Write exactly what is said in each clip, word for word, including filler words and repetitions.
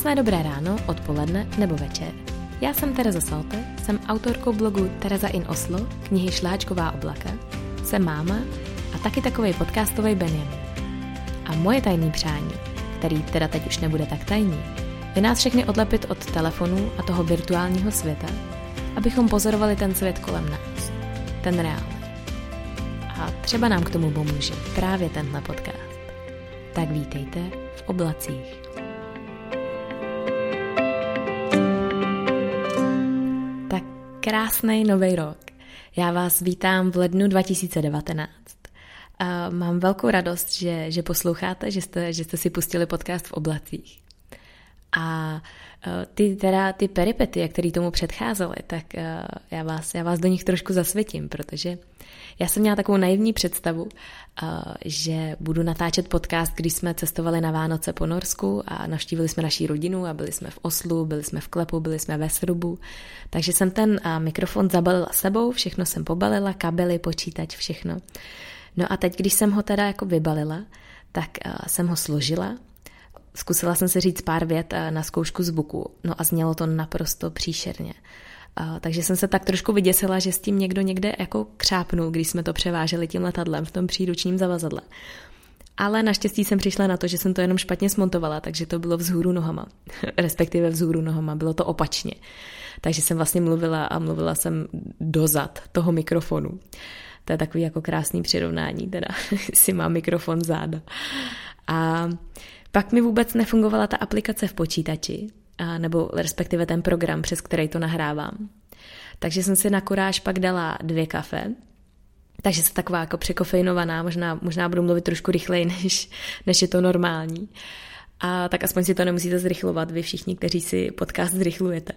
Krásné dobré ráno, odpoledne nebo večer. Já jsem Tereza Salte, jsem autorkou blogu Tereza in Oslo, knihy Šláčková oblaka, jsem máma a taky takovej podcastovej Benjamin. A moje tajný přání, který teda teď už nebude tak tajný, je nás všechny odlepit od telefonů a toho virtuálního světa, abychom pozorovali ten svět kolem nás, ten reálný. A třeba nám k tomu pomůže právě tenhle podcast. Tak vítejte v oblacích. Tak krásný nový rok. Já vás vítám v lednu dva tisíce devatenáct. A mám velkou radost, že, že posloucháte, že jste, že jste si pustili podcast v oblacích. A ty, teda, ty peripety, které tomu předcházely, tak já vás, já vás do nich trošku zasvětím, protože já jsem měla takovou naivní představu, že budu natáčet podcast, když jsme cestovali na Vánoce po Norsku a navštívili jsme naší rodinu a byli jsme v Oslu, byli jsme v Klepu, byli jsme ve Srubu. Takže jsem ten mikrofon zabalila sebou, všechno jsem pobalila, kabely, počítač, všechno. No a teď, když jsem ho teda jako vybalila, tak jsem ho složila. Zkusila jsem si říct pár vět na zkoušku zvuku, no a znělo to naprosto příšerně. Takže jsem se tak trošku vyděsila, že s tím někdo někde jako křápnul, když jsme to převáželi tím letadlem v tom příručním zavazadle. Ale naštěstí jsem přišla na to, že jsem to jenom špatně smontovala, takže to bylo vzhůru nohama, respektive vzhůru nohama, bylo to opačně. Takže jsem vlastně mluvila a mluvila jsem dozad toho mikrofonu. To je takový jako krásný přirovnání, teda si má mikrofon záda. A pak mi vůbec nefungovala ta aplikace v počítači, a nebo respektive ten program, přes který to nahrávám. Takže jsem si na kuráž pak dala dvě kafe, takže jsem taková jako překofeinovaná, možná, možná budu mluvit trošku rychleji, než, než je to normální. A tak aspoň si to nemusíte zrychlovat, vy všichni, kteří si podcast zrychlujete.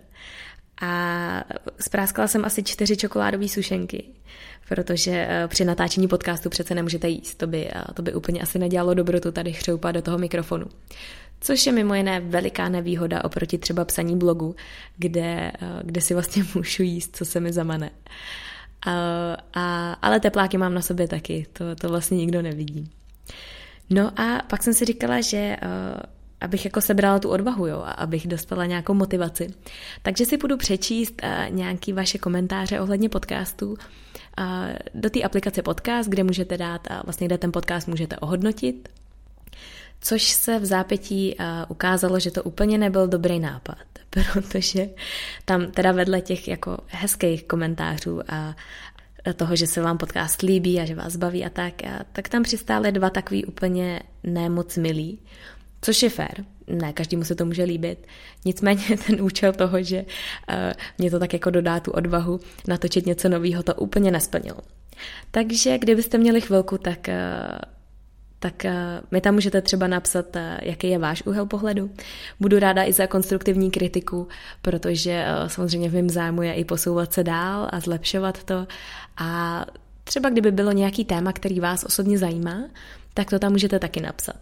A spráskala jsem asi čtyři čokoládové sušenky, protože při natáčení podcastu přece nemůžete jíst, to by, to by úplně asi nedělalo dobrotu tady chřoupat do toho mikrofonu. Což je mimo jiné veliká nevýhoda oproti třeba psaní blogu, kde, kde si vlastně můžu jíst, co se mi zamane. A, a, ale tepláky mám na sobě taky, to, to vlastně nikdo nevidí. No a pak jsem si říkala, že abych jako sebrala tu odvahu, jo, a abych dostala nějakou motivaci. Takže si půjdu přečíst uh, nějaký vaše komentáře ohledně podcastu uh, do té aplikace podcast, kde můžete dát, a vlastně kde ten podcast můžete ohodnotit, což se v zápětí uh, ukázalo, že to úplně nebyl dobrý nápad, protože tam teda vedle těch jako hezkých komentářů a toho, že se vám podcast líbí a že vás baví a tak, a, tak tam přistály dva takový úplně nemoc milí, což je fér, ne každému se to může líbit, nicméně ten účel toho, že uh, mě to tak jako dodá tu odvahu natočit něco nového, to úplně nesplnilo. Takže kdybyste měli chvilku, tak, uh, tak uh, mi tam můžete třeba napsat, uh, jaký je váš úhel pohledu. Budu ráda i za konstruktivní kritiku, protože uh, samozřejmě v mém zájmu je i posouvat se dál a zlepšovat to. A třeba kdyby bylo nějaký téma, který vás osobně zajímá, tak to tam můžete taky napsat.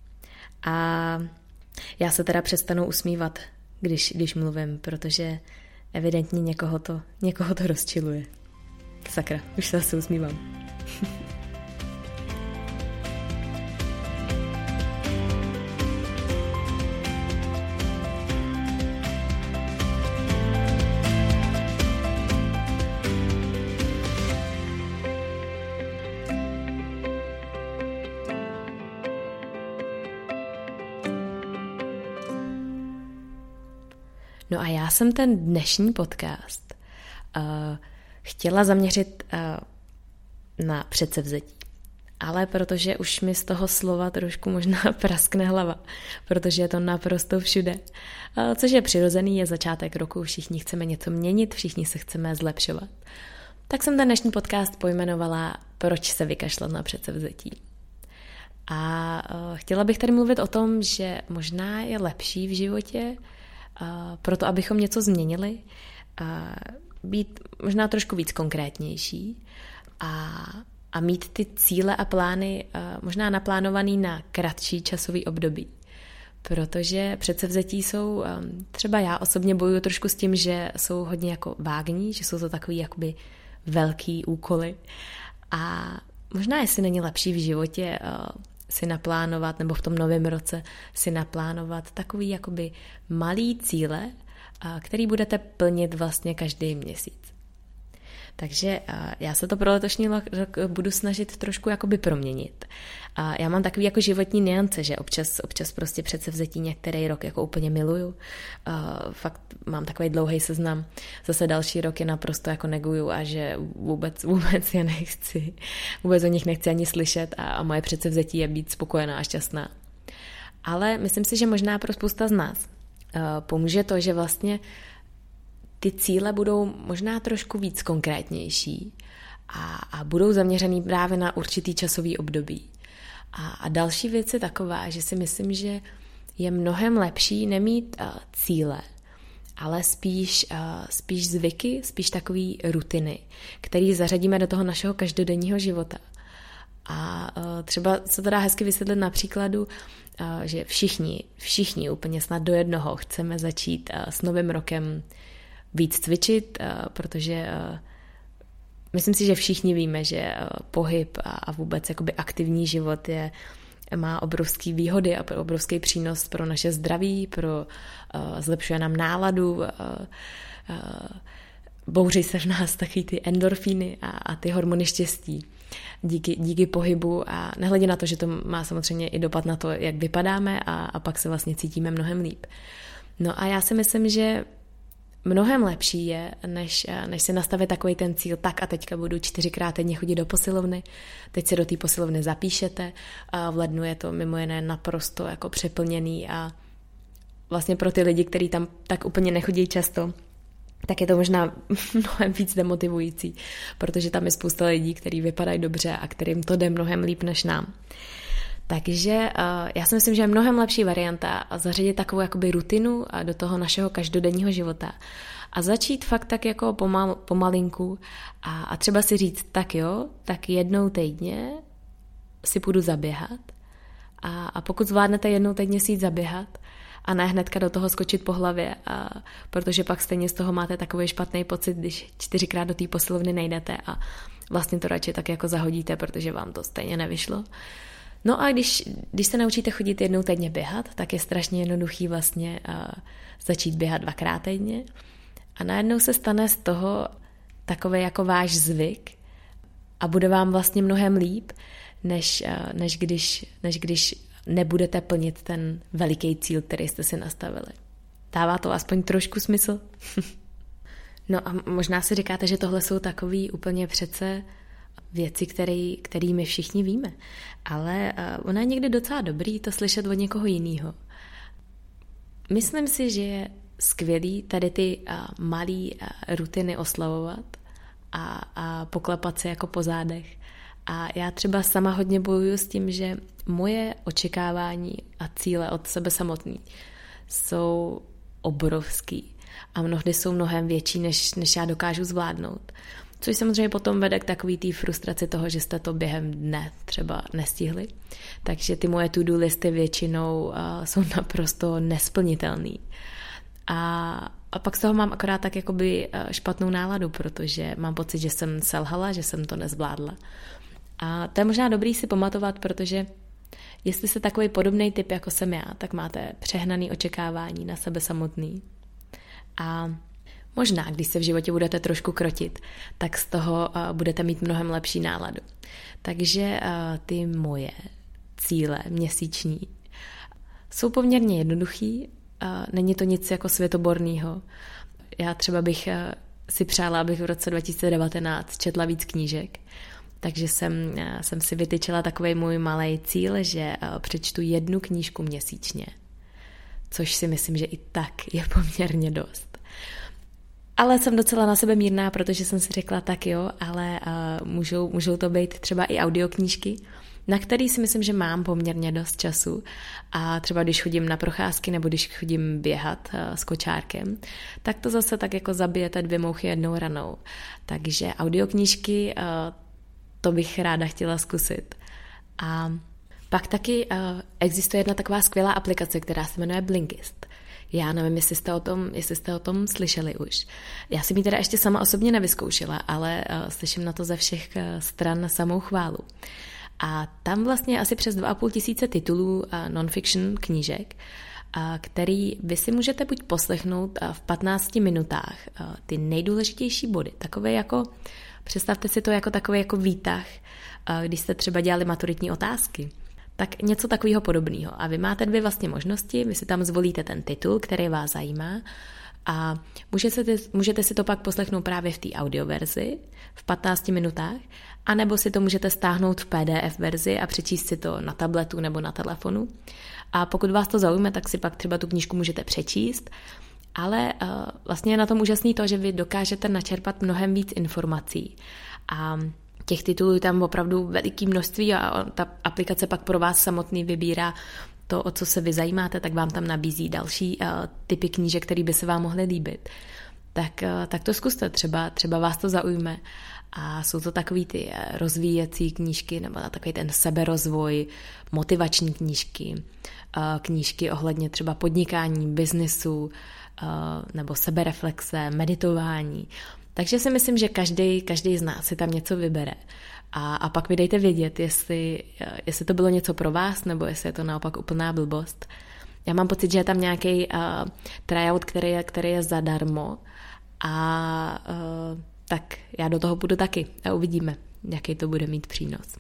A já se teda přestanu usmívat, když, když mluvím, protože evidentně někoho to, někoho to rozčiluje. Sakra, už se zase usmívám. No a já jsem ten dnešní podcast uh, chtěla zaměřit uh, na předsevzetí. Ale protože už mi z toho slova trošku možná praskne hlava, protože je to naprosto všude. Uh, což je přirozený, je začátek roku, všichni chceme něco měnit, všichni se chceme zlepšovat. Tak jsem ten dnešní podcast pojmenovala Proč se vykašlat na předsevzetí. A uh, chtěla bych tady mluvit o tom, že možná je lepší v životě Uh, proto, abychom něco změnili, uh, být možná trošku víc konkrétnější a, a mít ty cíle a plány uh, možná naplánovaný na kratší časový období. Protože předsevzetí jsou, um, třeba já osobně bojuju trošku s tím, že jsou hodně jako vágní, že jsou to takový jakoby velký úkoly a možná jestli není lepší v životě uh, si naplánovat, nebo v tom novém roce si naplánovat takový jakoby malý cíle, který budete plnit vlastně každý měsíc. Takže já se to pro letošní rok budu snažit trošku jakoby proměnit. A já mám takový jako životní nuance, že občas, občas prostě předsevzetí některý rok jako úplně miluju. A fakt mám takový dlouhý seznam. Zase další rok je naprosto jako neguju a že vůbec, vůbec je nechci. Vůbec o nich nechci ani slyšet a, a moje předsevzetí je být spokojená a šťastná. Ale myslím si, že možná pro spousta z nás pomůže to, že vlastně ty cíle budou možná trošku víc konkrétnější a, a budou zaměřený právě na určitý časový období. A, a další věc je taková, že si myslím, že je mnohem lepší nemít uh, cíle, ale spíš, uh, spíš zvyky, spíš takový rutiny, které zařadíme do toho našeho každodenního života. A uh, třeba se to dá hezky vysvětlit na příkladu, uh, že všichni, všichni úplně snad do jednoho chceme začít uh, s novým rokem víc cvičit, protože myslím si, že všichni víme, že pohyb a vůbec jakoby aktivní život je, má obrovský výhody a obrovský přínos pro naše zdraví, pro zlepšuje nám náladu, bouří se v nás taky ty endorfíny a, a ty hormony štěstí díky, díky pohybu a nehledě na to, že to má samozřejmě i dopad na to, jak vypadáme a, a pak se vlastně cítíme mnohem líp. No a já si myslím, že mnohem lepší je, než, než si nastavit takový ten cíl, tak a teďka budu čtyřikrát týdně chodit do posilovny, teď se do té posilovny zapíšete, a v lednu je to mimo jiné naprosto jako přeplněný a vlastně pro ty lidi, kteří tam tak úplně nechodí často, tak je to možná mnohem víc demotivující, protože tam je spousta lidí, kteří vypadají dobře a kterým to jde mnohem líp než nám. Takže uh, já si myslím, že je mnohem lepší varianta zařadit takovou jakoby rutinu do toho našeho každodenního života a začít fakt tak jako pomal, pomalinku a, a třeba si říct, tak jo, tak jednou týdně si půjdu zaběhat a, a pokud zvládnete jednou týdně si jít zaběhat a ne hnedka do toho skočit po hlavě, a, protože pak stejně z toho máte takový špatný pocit, když čtyřikrát do té posilovny nejdete a vlastně to radši tak jako zahodíte, protože vám to stejně nevyšlo. No a když, když se naučíte chodit jednou týdně běhat, tak je strašně jednoduchý vlastně uh, začít běhat dvakrát týdně a najednou se stane z toho takový jako váš zvyk a bude vám vlastně mnohem líp, než, uh, než, když, než když nebudete plnit ten veliký cíl, který jste si nastavili. Dává to aspoň trošku smysl? No a možná si říkáte, že tohle jsou takový úplně přece věci, který, který my všichni víme. Ale uh, ona je někdy docela dobrý to slyšet od někoho jiného. Myslím si, že je skvělý tady ty uh, malý uh, rutiny oslavovat a, a poklepat se jako po zádech. A já třeba sama hodně bojuju s tím, že moje očekávání a cíle od sebe samotný jsou obrovský a mnohdy jsou mnohem větší, než, než já dokážu zvládnout. Což samozřejmě potom vede k takový té frustraci toho, že jste to během dne třeba nestihli. Takže ty moje to-do listy většinou uh, jsou naprosto nesplnitelný. A, a pak z toho mám akorát tak jakoby špatnou náladu, protože mám pocit, že jsem selhala, že jsem to nezvládla. A to je možná dobrý si pamatovat, protože jestli jste takový podobný typ, jako jsem já, tak máte přehnaný očekávání na sebe samotný. A možná, když se v životě budete trošku krotit, tak z toho uh, budete mít mnohem lepší náladu. Takže uh, ty moje cíle měsíční jsou poměrně jednoduchý, uh, není to nic jako světoborného. Já třeba bych uh, si přála, abych v roce dva tisíce devatenáct četla víc knížek, takže jsem, uh, jsem si vytyčila takový můj malý cíl, že uh, přečtu jednu knížku měsíčně, což si myslím, že i tak je poměrně dost. Ale jsem docela na sebe mírná, protože jsem si řekla, tak jo, ale uh, můžou, můžou to být třeba i audioknížky, na který si myslím, že mám poměrně dost času. A třeba když chodím na procházky nebo když chodím běhat uh, s kočárkem, tak to zase tak jako zabijete dvě mouchy jednou ranou. Takže audioknížky, uh, to bych ráda chtěla zkusit. A pak taky uh, existuje jedna taková skvělá aplikace, která se jmenuje Blinkist. Já nevím, jestli jste o tom, jestli jste o tom slyšeli už. Já jsem ji teda ještě sama osobně nevyzkoušela, ale uh, slyším na to ze všech uh, stran samou chválu. A tam vlastně asi přes dva a půl tisíce titulů non-fiction knížek, který vy si můžete buď poslechnout v patnácti minutách ty nejdůležitější body. Takové jako, představte si to jako takový jako výtah, když jste třeba dělali maturitní otázky. Tak něco takového podobného. A vy máte dvě vlastně možnosti, vy si tam zvolíte ten titul, který vás zajímá a můžete, můžete si to pak poslechnout právě v té audioverzi v patnácti minutách, anebo si to můžete stáhnout v P D F verzi a přečíst si to na tabletu nebo na telefonu. A pokud vás to zaujme, tak si pak třeba tu knížku můžete přečíst, ale uh, vlastně je na tom úžasný to, že vy dokážete načerpat mnohem víc informací. A těch titulů je tam opravdu veliký množství a ta aplikace pak pro vás samotný vybírá to, o co se vy zajímáte, tak vám tam nabízí další uh, typy knížek, které by se vám mohly líbit. Tak, uh, tak to zkuste, třeba, třeba vás to zaujme. A jsou to takový ty rozvíjecí knížky nebo takový ten seberozvoj, motivační knížky, uh, knížky ohledně třeba podnikání, biznisu uh, nebo sebereflexe, meditování. Takže si myslím, že každý, každý z nás si tam něco vybere. A, a pak mi dejte vědět, jestli, jestli to bylo něco pro vás, nebo jestli je to naopak úplná blbost. Já mám pocit, že je tam nějaký uh, tryout, který je, který je zadarmo. A uh, tak já do toho půjdu taky a uvidíme, jaký to bude mít přínos.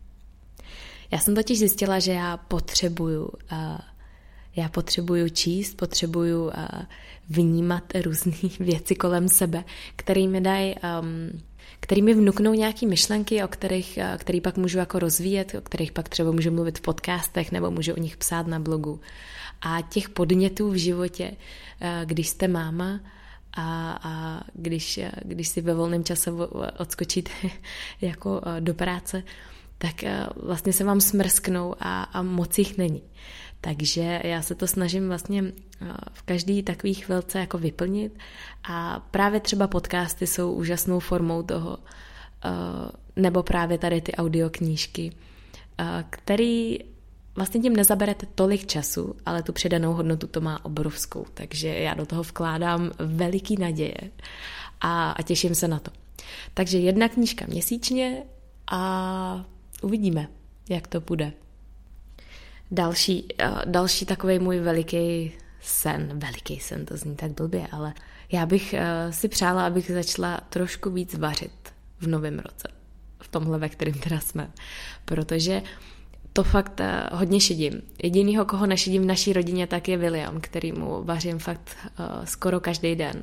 Já jsem totiž zjistila, že já potřebuju... Uh, Já potřebuju číst, potřebuju uh, vnímat různé věci kolem sebe, které mi dají, um, který mi vnuknou nějaké myšlenky, o kterých, uh, který pak můžu jako rozvíjet, o kterých pak třeba můžu mluvit v podcastech nebo můžu o nich psát na blogu. A těch podnětů v životě, uh, když jste máma a, a když, uh, když si ve volném čase odskočíte jako uh, do práce, tak uh, vlastně se vám smrsknou a, a moc jich není. Takže já se to snažím vlastně v každý takový chvilce jako vyplnit a právě třeba podcasty jsou úžasnou formou toho, nebo právě tady ty audioknížky, který vlastně tím nezaberete tolik času, ale tu přidanou hodnotu to má obrovskou, takže já do toho vkládám veliký naděje a, a těším se na to. Takže jedna knížka měsíčně a uvidíme, jak to půjde. Další, další takový můj veliký sen, veliký sen, to zní tak blbě, ale já bych si přála, abych začala trošku víc vařit v novém roce, v tomhle, ve kterém teda jsme, protože to fakt hodně šidím. Jedinýho, koho nešidím v naší rodině, tak je William, kterýmu vařím fakt skoro každý den.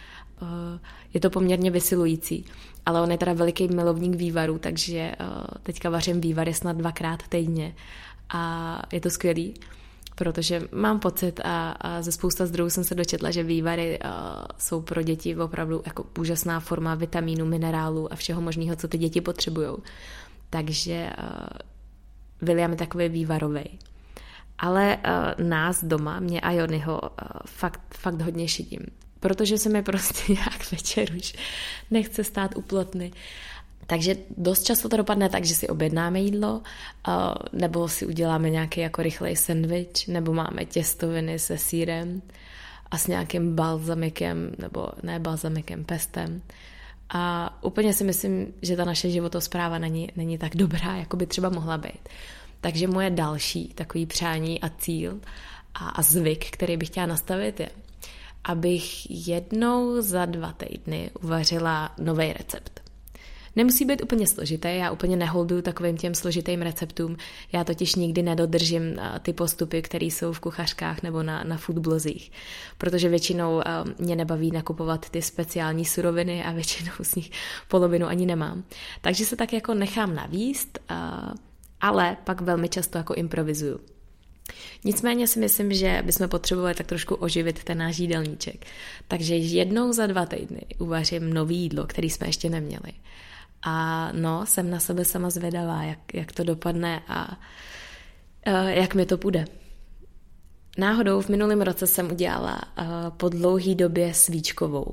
Je to poměrně vysilující, ale on je teda veliký milovník vývarů, takže teďka vařím vývary snad dvakrát týdně. A je to skvělý, protože mám pocit a, a ze spousta zdrojů jsem se dočetla, že vývary uh, jsou pro děti opravdu jako úžasná forma vitamínů, minerálů a všeho možného, co ty děti potřebujou. Takže uh, William je takový vývarovej. Ale uh, nás doma, mě a Jonyho, uh, fakt, fakt hodně šidím. Protože se mi prostě nějak večer už nechce stát u plotny. Takže dost často to dopadne tak, že si objednáme jídlo, nebo si uděláme nějaký jako rychlej sendvič, nebo máme těstoviny se sýrem a s nějakým balzamikem, nebo ne balzamikem, pestem. A úplně si myslím, že ta naše životospráva není, není tak dobrá, jako by třeba mohla být. Takže moje další takový přání a cíl a, a zvyk, který bych chtěla nastavit, je, abych jednou za dva týdny uvařila nový recept. Nemusí být úplně složitý, já úplně neholduju takovým těm složitým receptům, já totiž nikdy nedodržím ty postupy, které jsou v kuchařkách nebo na, na foodblozích, protože většinou mě nebaví nakupovat ty speciální suroviny a většinou z nich polovinu ani nemám. Takže se tak jako nechám navíst, ale pak velmi často jako improvizuju. Nicméně si myslím, že bychom potřebovali tak trošku oživit ten náš jídelníček. Takže jednou za dva týdny uvařím nový jídlo, který jsme ještě neměli. A no, jsem na sebe sama zvědavá, jak, jak to dopadne a uh, jak mi to půjde. Náhodou v minulém roce jsem udělala uh, po dlouhý době svíčkovou.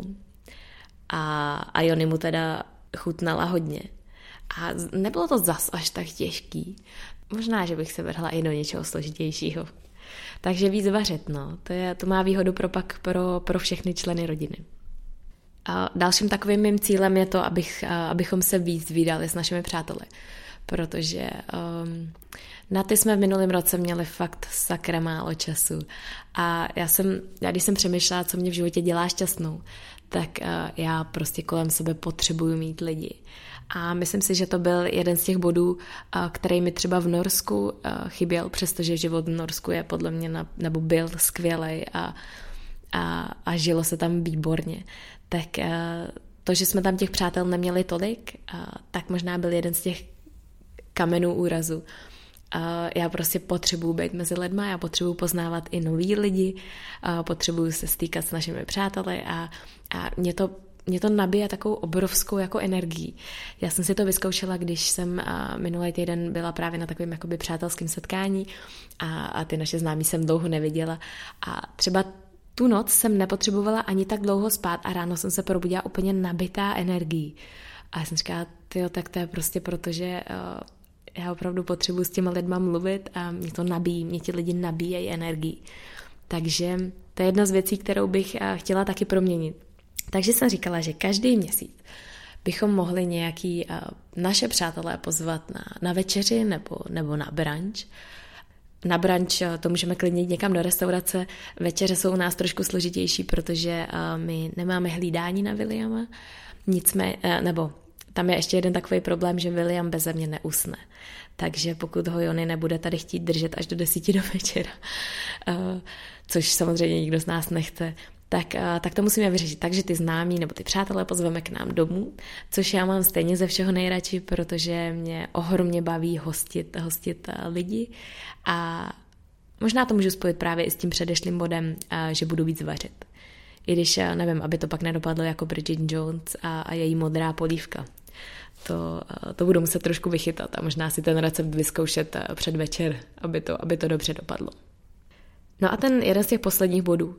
A, a Jony mu teda chutnala hodně. A nebylo to zas až tak těžký. Možná, že bych se vrhla i do něčeho složitějšího. Takže víc vařit, no. To, je, to má výhodu pro pak pro, pro všechny členy rodiny. A dalším takovým mým cílem je to, abych, abychom se víc vídali s našimi přáteli. protože um, na ty jsme v minulém roce měli fakt sakra málo času. A já jsem, já když jsem přemýšlela, co mě v životě dělá šťastnou, tak uh, já prostě kolem sebe potřebuju mít lidi. A myslím si, že to byl jeden z těch bodů, uh, který mi třeba v Norsku uh, chyběl, přestože život v Norsku je podle mě, na, nebo byl skvělej a, a, a žilo se tam výborně. Tak uh, to, že jsme tam těch přátel neměli tolik, uh, tak možná byl jeden z těch kamenů úrazu. Uh, já prostě potřebuji být mezi lidma, já potřebuji poznávat i nový lidi, uh, potřebuji se stýkat s našimi přáteli a, a mě to, mě to nabíje takovou obrovskou jako energii. Já jsem si to vyzkoušela, když jsem uh, minulý týden byla právě na takovém jakoby přátelském setkání a, a ty naše známí jsem dlouho neviděla a třeba tu noc jsem nepotřebovala ani tak dlouho spát a ráno jsem se probudila úplně nabitá energií. A já jsem říkala, tyjo, tak to je prostě proto, že uh, já opravdu potřebuji s těma lidma mluvit a mě to nabíjí, mě ti lidi nabíjejí energii. Takže to je jedna z věcí, kterou bych chtěla taky proměnit. Takže jsem říkala, že každý měsíc bychom mohli nějaký uh, naše přátelé pozvat na, na večeři nebo, nebo na brunch. Na brunch to můžeme klidně jít někam do restaurace. Večeře jsou u nás trošku složitější, protože uh, my nemáme hlídání na Williama, nicméně, uh, nebo tam je ještě jeden takový problém, že William beze mě neusne. Takže pokud ho Jony nebude tady chtít držet až do desíti do večera, uh, což samozřejmě nikdo z nás nechce, tak, uh, tak to musíme vyřešit. Takže ty známí nebo ty přátelé pozveme k nám domů, což já mám stejně ze všeho nejradši, protože mě ohromně baví hostit, hostit uh, lidi a možná to můžu spojit právě i s tím předešlým bodem, uh, že budu víc vařit. I když, nevím, aby to pak nedopadlo jako Bridget Jones a, a její modrá polívka. To, to budu muset trošku vychytat a možná si ten recept vyzkoušet před večer, aby to, aby to dobře dopadlo. No a ten jeden z těch posledních bodů,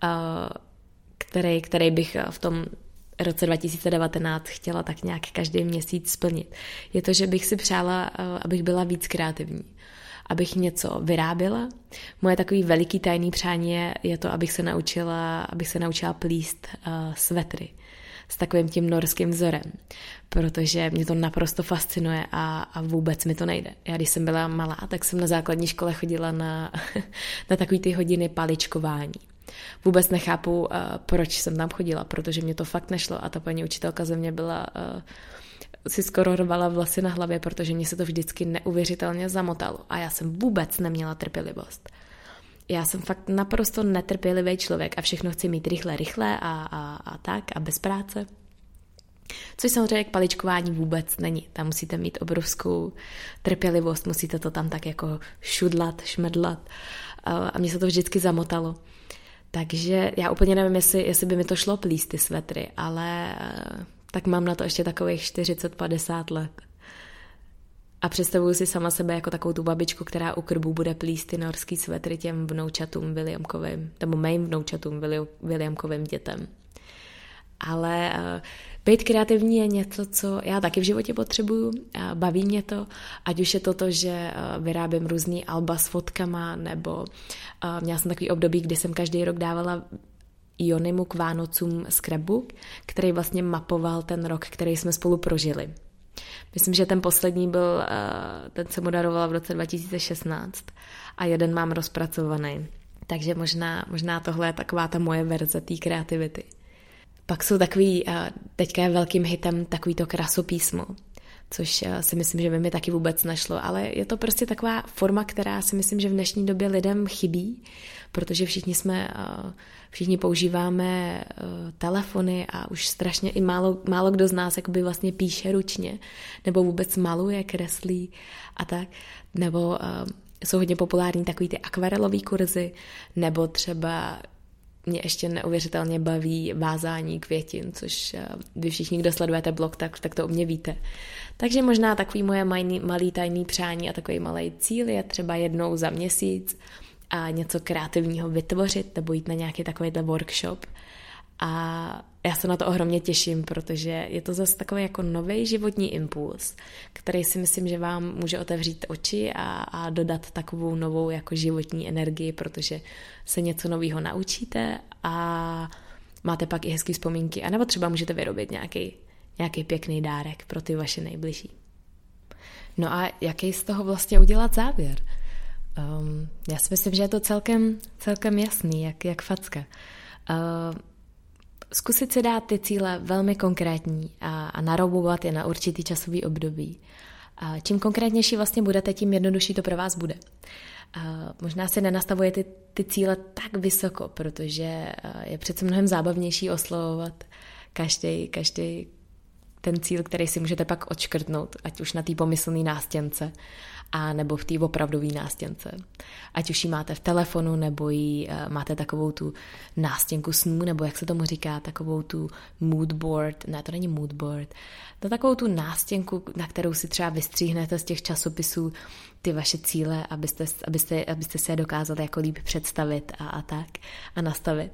který, který bych v tom roce dva tisíce devatenáct chtěla tak nějak každý měsíc splnit, je to, že bych si přála, abych byla víc kreativní. Abych něco vyráběla. Moje takový veliký tajný přání je, je to, abych se naučila, abych se naučila plíst uh, svetry s takovým tím norským vzorem, protože mě to naprosto fascinuje a, a vůbec mi to nejde. Já když jsem byla malá, tak jsem na základní škole chodila na, na takový ty hodiny paličkování. Vůbec nechápu, uh, proč jsem tam chodila, protože mě to fakt nešlo a ta paní učitelka ze mě byla... Uh, si skoro rvala vlasy na hlavě, protože mě se to vždycky neuvěřitelně zamotalo a já jsem vůbec neměla trpělivost. Já jsem fakt naprosto netrpělivý člověk a všechno chci mít rychle, rychle a, a, a tak a bez práce. Což samozřejmě k paličkování vůbec není. Tam musíte mít obrovskou trpělivost, musíte to tam tak jako šudlat, šmedlat a mě se to vždycky zamotalo. Takže já úplně nevím, jestli, jestli by mi to šlo plíst ty svetry, ale... tak mám na to ještě takových čtyřicet padesát let. A představuju si sama sebe jako takovou tu babičku, která u krbu bude plíst ty norský svetry těm vnoučatům Williamkovým, nebo mým vnoučatům Williamkovým dětem. Ale uh, být kreativní je něco, co já taky v životě potřebuju, a baví mě to, ať už je to to, že uh, vyrábím různý alba s fotkama, nebo uh, měla jsem takový období, kdy jsem každý rok dávala Jonimu k Vánocům scrapbook, který vlastně mapoval ten rok, který jsme spolu prožili. Myslím, že ten poslední byl, ten se mu darovala v roce dva tisíce šestnáct a jeden mám rozpracovaný. Takže možná, možná tohle je taková ta moje verze té kreativity. Pak jsou takový, teďka je velkým hitem takový to krasopísmo, což si myslím, že by mi taky vůbec nešlo, ale je to prostě taková forma, která si myslím, že v dnešní době lidem chybí, protože všichni jsme, všichni používáme telefony a už strašně i málo, málo kdo z nás jakoby vlastně píše ručně, nebo vůbec maluje, kreslí a tak, nebo jsou hodně populární takový ty akvarelový kurzy, nebo třeba mě ještě neuvěřitelně baví vázání květin, což vy všichni, kdo sledujete blog, tak, tak to o mě víte. Takže možná takový moje malý, malý tajný přání a takový malý cíl je třeba jednou za měsíc a něco kreativního vytvořit nebo jít na nějaký takovýhle workshop. A já se na to ohromně těším, protože je to zase takový jako nový životní impuls, který si myslím, že vám může otevřít oči a, a dodat takovou novou jako životní energii, protože se něco nového naučíte a máte pak i hezký vzpomínky, anebo třeba můžete vyrobit nějaký, nějaký pěkný dárek pro ty vaše nejbližší. No a jaký z toho vlastně udělat závěr? Um, já si myslím, že je to celkem, celkem jasný, jak, jak facka. Uh, zkusit si dát ty cíle velmi konkrétní a, a naroubovat je na určitý časový období. A čím konkrétnější vlastně budete, tím jednodušší to pro vás bude. A možná si nenastavujete ty, ty cíle tak vysoko, protože je přece mnohem zábavnější oslovovat každý, každý ten cíl, který si můžete pak odškrtnout, ať už na té pomyslné nástěnce, a nebo v té opravdové nástěnce. Ať už ji máte v telefonu, nebo ji uh, máte takovou tu nástěnku snů, nebo jak se tomu říká, takovou tu mood board, ne, to není mood board, to takovou tu nástěnku, na kterou si třeba vystříhnete z těch časopisů ty vaše cíle, abyste, abyste, abyste si je dokázali jako líp představit a, a tak a nastavit.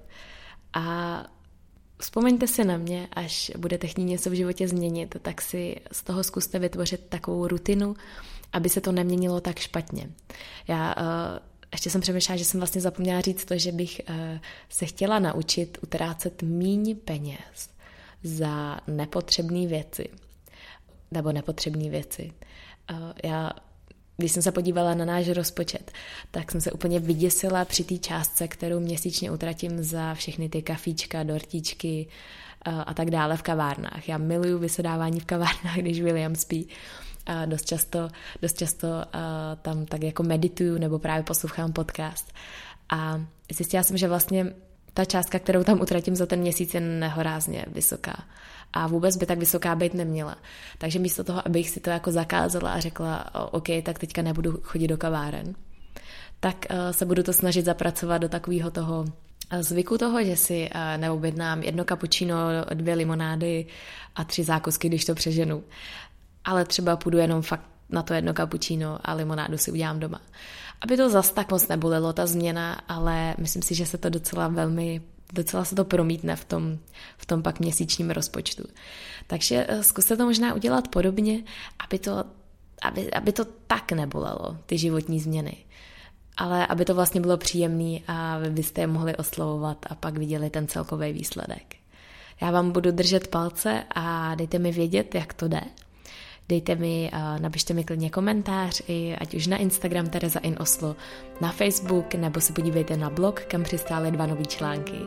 A vzpomeňte si na mě, až budete chtít něco v životě změnit, tak si z toho zkuste vytvořit takovou rutinu, aby se to neměnilo tak špatně. Já uh, ještě jsem přemýšlela, že jsem vlastně zapomněla říct to, že bych uh, se chtěla naučit utrácet míň peněz za nepotřebné věci. Nebo nepotřebné věci. Uh, já Když jsem se podívala na náš rozpočet, tak jsem se úplně vyděsila při té částce, kterou měsíčně utratím za všechny ty kafíčka, dortíčky a tak dále v kavárnách. Já miluju vysedávání v kavárnách, když William spí. A dost často, dost často tam tak jako medituju nebo právě poslouchám podcast. A zjistila jsem, že vlastně ta částka, kterou tam utratím za ten měsíc, je nehorázně vysoká. A vůbec by tak vysoká být neměla. Takže místo toho, abych si to jako zakázala a řekla, OK, tak teďka nebudu chodit do kaváren, tak se budu to snažit zapracovat do takového toho zvyku toho, že si neobjednám jedno kapučino, dvě limonády a tři zákusky, když to přeženu. Ale třeba půjdu jenom fakt na to jedno kapučino a limonádu si udělám doma. Aby to zas tak moc nebolelo, ta změna, ale myslím si, že se to docela velmi, docela se to promítne v tom, v tom pak měsíčním rozpočtu. Takže zkuste to možná udělat podobně, aby to, aby, aby to tak nebolelo, ty životní změny. Ale aby to vlastně bylo příjemné a vy byste je mohli oslovovat a pak viděli ten celkový výsledek. Já vám budu držet palce a dejte mi vědět, jak to jde. Dejte mi, napište mi klidně komentář, i ať už na Instagram Tereza in Oslo, na Facebook, nebo se podívejte na blog, kam přistály dva nový články.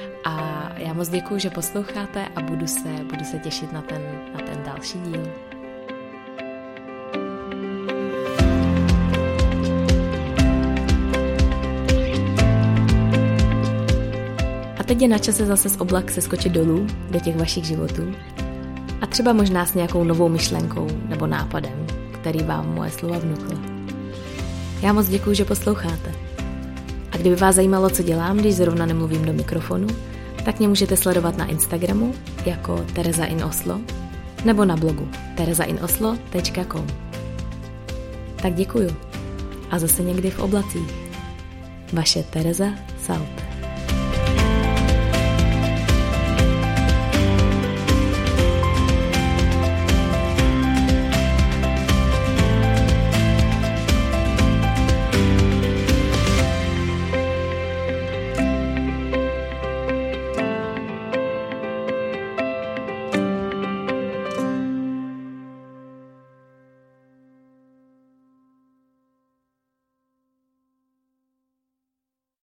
A já moc děkuju, že posloucháte a budu se, budu se těšit na ten, na ten další díl. A teď je na čase zase z oblak se skočit dolů do těch vašich životů. A třeba možná s nějakou novou myšlenkou nebo nápadem, který vám moje slova vnukla. Já moc děkuju, že posloucháte. A kdyby vás zajímalo, co dělám, když zrovna nemluvím do mikrofonu, tak mě můžete sledovat na Instagramu jako Tereza in Oslo nebo na blogu tereza in oslo tečka com. Tak děkuju. A zase někdy v oblacích. Vaše Tereza Sauter.